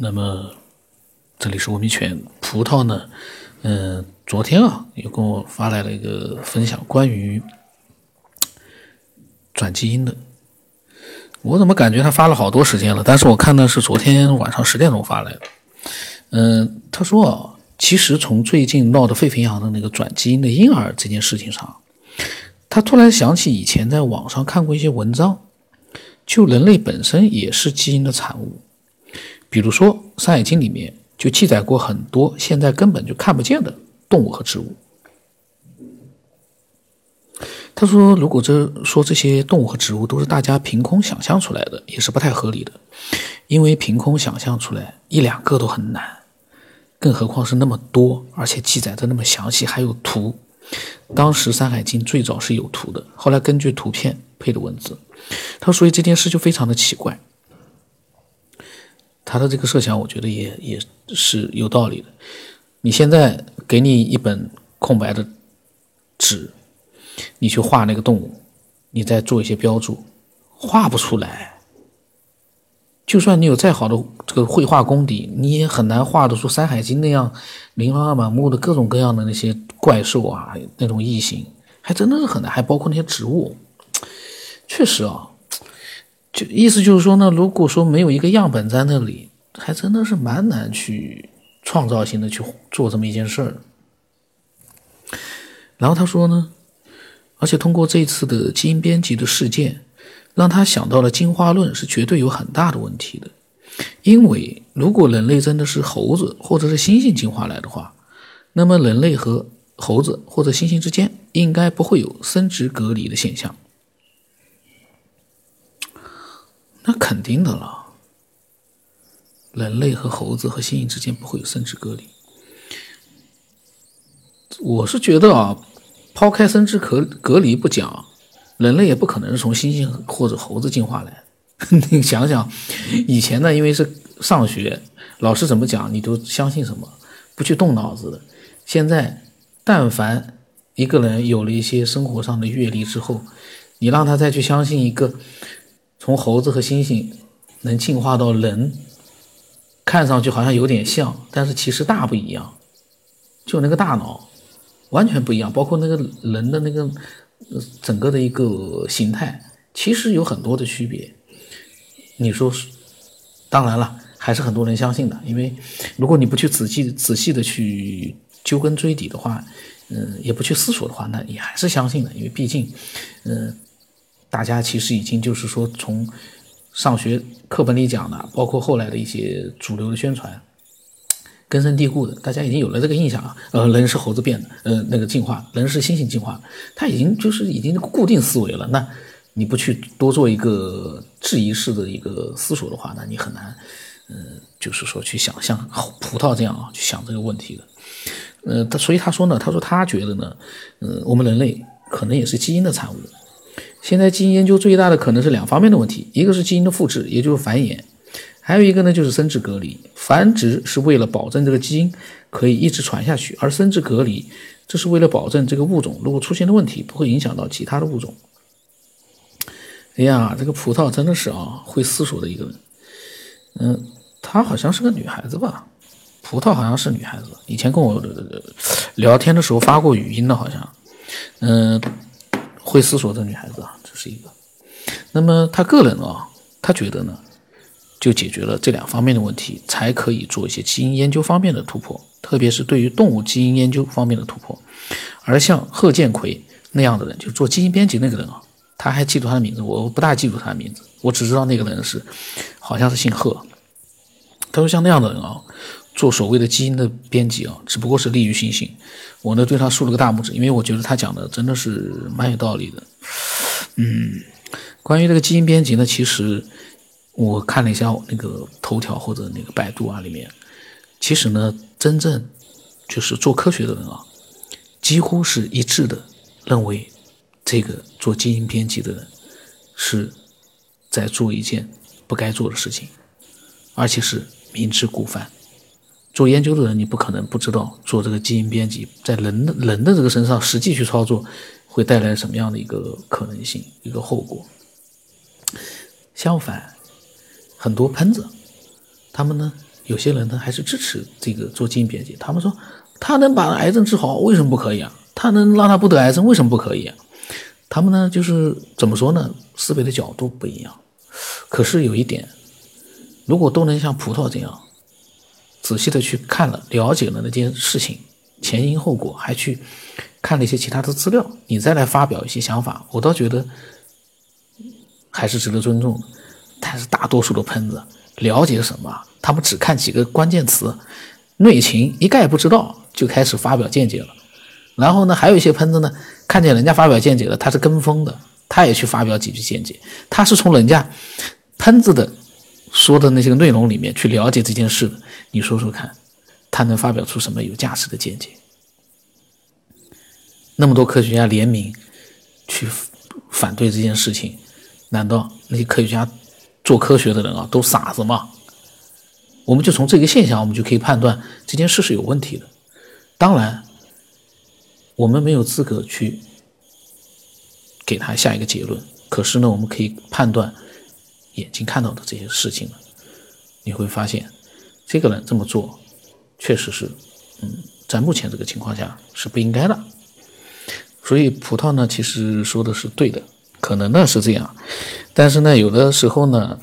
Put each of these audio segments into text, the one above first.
那么这里是文明犬葡萄呢，昨天又跟我发来了一个分享关于转基因的。我怎么感觉他发了好多时间了，但是我看的是昨天晚上10点钟发来的。他说其实从最近闹得沸沸扬扬的那个转基因的婴儿这件事情上，他突然想起以前在网上看过一些文章，就人类本身也是基因的产物。比如说《山海经》里面就记载过很多现在根本就看不见的动物和植物。他说如果这些动物和植物都是大家凭空想象出来的，也是不太合理的，因为凭空想象出来一两个都很难，更何况是那么多，而且记载的那么详细，还有图。当时《山海经》最早是有图的，后来根据图片配的文字。他说所以这件事就非常的奇怪。他的这个设想我觉得也是有道理的。你现在给你一本空白的纸，你去画那个动物，你再做一些标注，画不出来。就算你有再好的这个绘画功底，你也很难画得出《山海经》那样琳琅满目的各种各样的那些怪兽啊，那种异形，还真的是很难，还包括那些植物。确实就意思就是说呢，如果说没有一个样本在那里，还真的是蛮难去创造性的去做这么一件事儿。然后他说呢，而且通过这次的基因编辑的事件，让他想到了进化论是绝对有很大的问题的。因为如果人类真的是猴子或者是猩猩进化来的话，那么人类和猴子或者猩猩之间应该不会有生殖隔离的现象。那肯定的了，人类和猴子和猩猩之间不会有生殖隔离。我是觉得抛开生殖隔离不讲，人类也不可能是从猩猩或者猴子进化来。你想想，以前呢，因为是上学，老师怎么讲你都相信什么，不去动脑子的。现在但凡一个人有了一些生活上的阅历之后，你让他再去相信一个从猴子和猩猩能进化到人，看上去好像有点像，但是其实大不一样。就那个大脑完全不一样，包括那个人的那个整个的一个形态，其实有很多的区别。你说当然了，还是很多人相信的，因为如果你不去仔细的去究根追底的话，也不去思索的话，那你还是相信的。因为毕竟大家其实已经就是说从上学课本里讲的，包括后来的一些主流的宣传，根深蒂固的，大家已经有了这个印象人是猴子变的，那个进化，人是猩猩进化的，他已经固定思维了。那你不去多做一个质疑式的一个思索的话，那你很难就是说去想像葡萄这样去想这个问题的。所以他说呢，他觉得呢，我们人类可能也是基因的产物。现在基因研究最大的可能是两方面的问题，一个是基因的复制，也就是繁衍，还有一个呢就是生殖隔离。繁殖是为了保证这个基因可以一直传下去，而生殖隔离这是为了保证这个物种如果出现的问题不会影响到其他的物种。哎呀，这个葡萄真的是会思索的一个人。她好像是个女孩子吧，葡萄好像是女孩子，以前跟我聊天的时候发过语音的，好像会思索的女孩子这是一个。那么他个人他觉得呢，就解决了这两方面的问题，才可以做一些基因研究方面的突破，特别是对于动物基因研究方面的突破。而像贺建奎那样的人，就做基因编辑那个人他还记住他的名字，我不大记住他的名字，我只知道那个人好像是姓贺。他说像那样的人做所谓的基因的编辑只不过是利欲熏心。我呢对他竖了个大拇指，因为我觉得他讲的真的是蛮有道理的。关于这个基因编辑呢，其实我看了一下那个头条或者那个百度里面，其实呢真正就是做科学的人几乎是一致的认为这个做基因编辑的人是在做一件不该做的事情，而且是明知故犯。做研究的人你不可能不知道做这个基因编辑在人的这个身上实际去操作会带来什么样的一个可能性，一个后果。相反，很多喷子他们呢有些人呢还是支持这个做基因编辑，他们说他能把癌症治好，为什么不可以啊？他能让他不得癌症，为什么不可以啊？他们呢就是怎么说呢，思维的角度不一样。可是有一点，如果都能像葡萄这样仔细的去看了了解了那件事情前因后果，还去看了一些其他的资料，你再来发表一些想法，我倒觉得还是值得尊重的。但是大多数的喷子了解什么，他们只看几个关键词，内情一概不知道，就开始发表见解了。然后呢，还有一些喷子呢，看见人家发表见解了，他是跟风的，他也去发表几句见解，他是从人家喷子的说的那些内容里面去了解这件事的。你说说看，他能发表出什么有价值的见解？那么多科学家联名去反对这件事情，难道那些科学家做科学的人啊都傻子吗？我们就从这个现象，我们就可以判断这件事是有问题的。当然我们没有资格去给他下一个结论，可是呢，我们可以判断眼睛看到的这些事情了。你会发现这个人这么做确实是在目前这个情况下是不应该的。所以葡萄呢其实说的是对的，可能呢是这样，但是呢有的时候呢，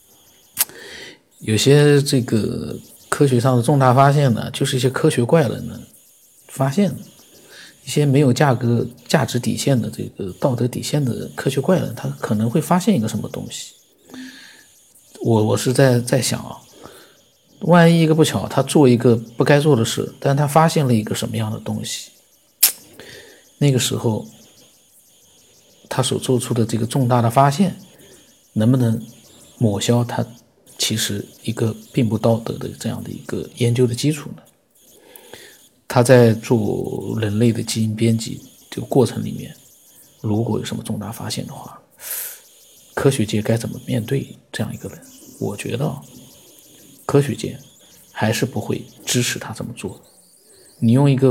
有些这个科学上的重大发现呢，就是一些科学怪人呢发现的，一些没有价值底线的这个道德底线的科学怪人，他可能会发现一个什么东西。我是在想啊，万一一个不巧他做一个不该做的事，但他发现了一个什么样的东西，那个时候他所做出的这个重大的发现能不能抹消他其实一个并不道德的这样的一个研究的基础呢？他在做人类的基因编辑这个过程里面，如果有什么重大发现的话，科学界该怎么面对这样一个人？我觉得科学界还是不会支持他这么做。你用一个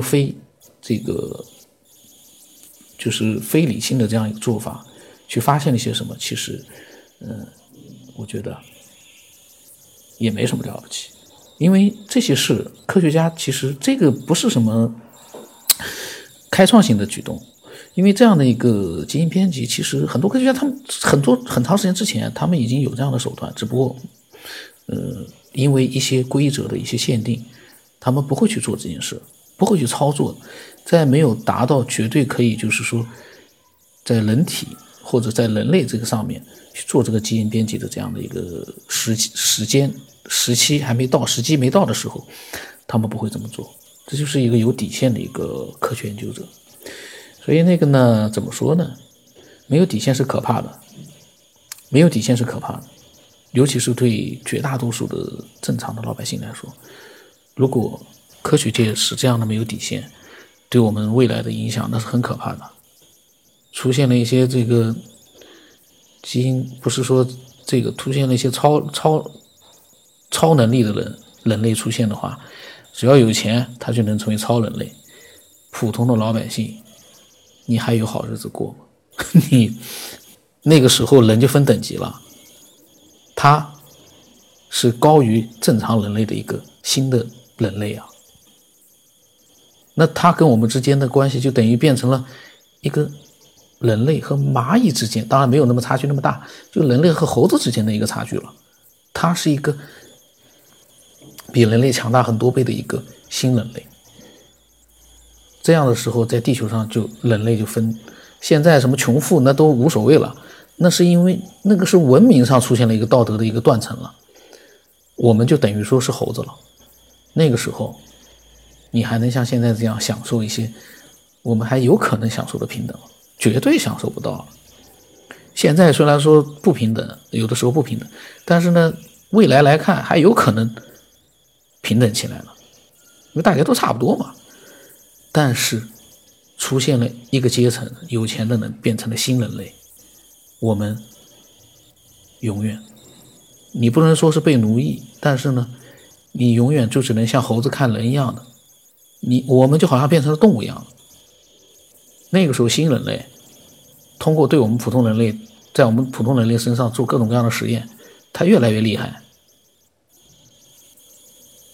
就是非理性的这样一个做法去发现了一些什么，其实我觉得也没什么了不起。因为这些事科学家其实这个不是什么开创性的举动，因为这样的一个基因编辑，其实很多科学家他们很长时间之前他们已经有这样的手段，只不过因为一些规则的一些限定，他们不会去做这件事，不会去操作，在没有达到绝对可以就是说在人体或者在人类这个上面去做这个基因编辑的这样的一个时期还没到，时机没到的时候，他们不会这么做。这就是一个有底线的一个科学研究者。所以那个呢，怎么说呢？没有底线是可怕的，没有底线是可怕的，尤其是对绝大多数的正常的老百姓来说，如果科学界是这样的没有底线，对我们未来的影响那是很可怕的。出现了一些这个基因，不是说这个出现了一些超能力的人类出现的话，只要有钱他就能成为超人类，普通的老百姓你还有好日子过吗？你那个时候人就分等级了，他是高于正常人类的一个新的人类啊，那他跟我们之间的关系就等于变成了一个人类和蚂蚁之间，当然没有那么差距那么大，就人类和猴子之间的一个差距了。他是一个比人类强大很多倍的一个新人类。这样的时候在地球上就人类就分，现在什么穷富那都无所谓了，那是因为那个是文明上出现了一个道德的一个断层了，我们就等于说是猴子了。那个时候你还能像现在这样享受一些我们还有可能享受的平等，绝对享受不到了。现在虽然说不平等，有的时候不平等，但是呢未来来看还有可能平等起来了，因为大家都差不多嘛。但是出现了一个阶层，有钱的人变成了新人类，我们永远，你不能说是被奴役，但是呢你永远就只能像猴子看人一样的，我们就好像变成了动物一样的。那个时候新人类通过对我们普通人类，在我们普通人类身上做各种各样的实验，它越来越厉害，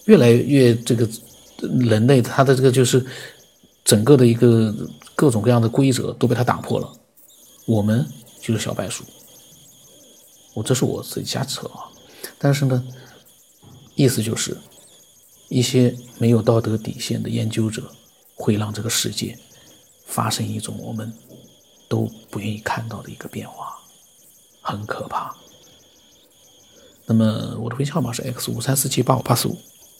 越来越这个人类他的这个就是整个的一个各种各样的规则都被他打破了，我们就是小白鼠。这是我自己瞎扯啊，但是呢，意思就是一些没有道德底线的研究者会让这个世界发生一种我们都不愿意看到的一个变化，很可怕。那么我的微信号码是 X53478585，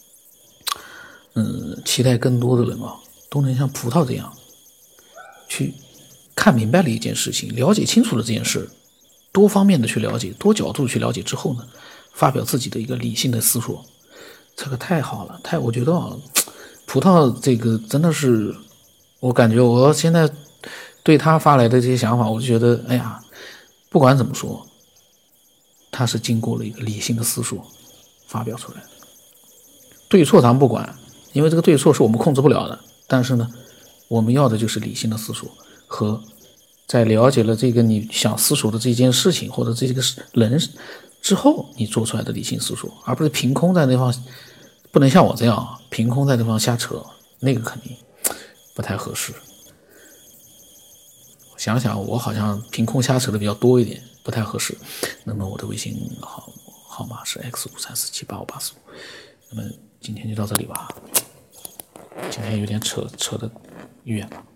期待更多的人都能像葡萄这样去看明白了一件事情，了解清楚了这件事，多方面的去了解，多角度去了解之后呢，发表自己的一个理性的思索，这个太好了，我觉得葡萄这个真的是，我感觉我现在对他发来的这些想法，我就觉得，哎呀，不管怎么说，他是经过了一个理性的思索发表出来的。对错咱们不管，因为这个对错是我们控制不了的，但是呢，我们要的就是理性的思索和在了解了这个你想思索的这件事情或者这个人之后你做出来的理性思索，而不是凭空在那方，不能像我这样凭空在那方瞎扯，那个肯定不太合适。想想我好像凭空瞎扯的比较多一点，不太合适。那么我的微信号码是 X53478585。那么今天就到这里吧，今天有点扯得远了。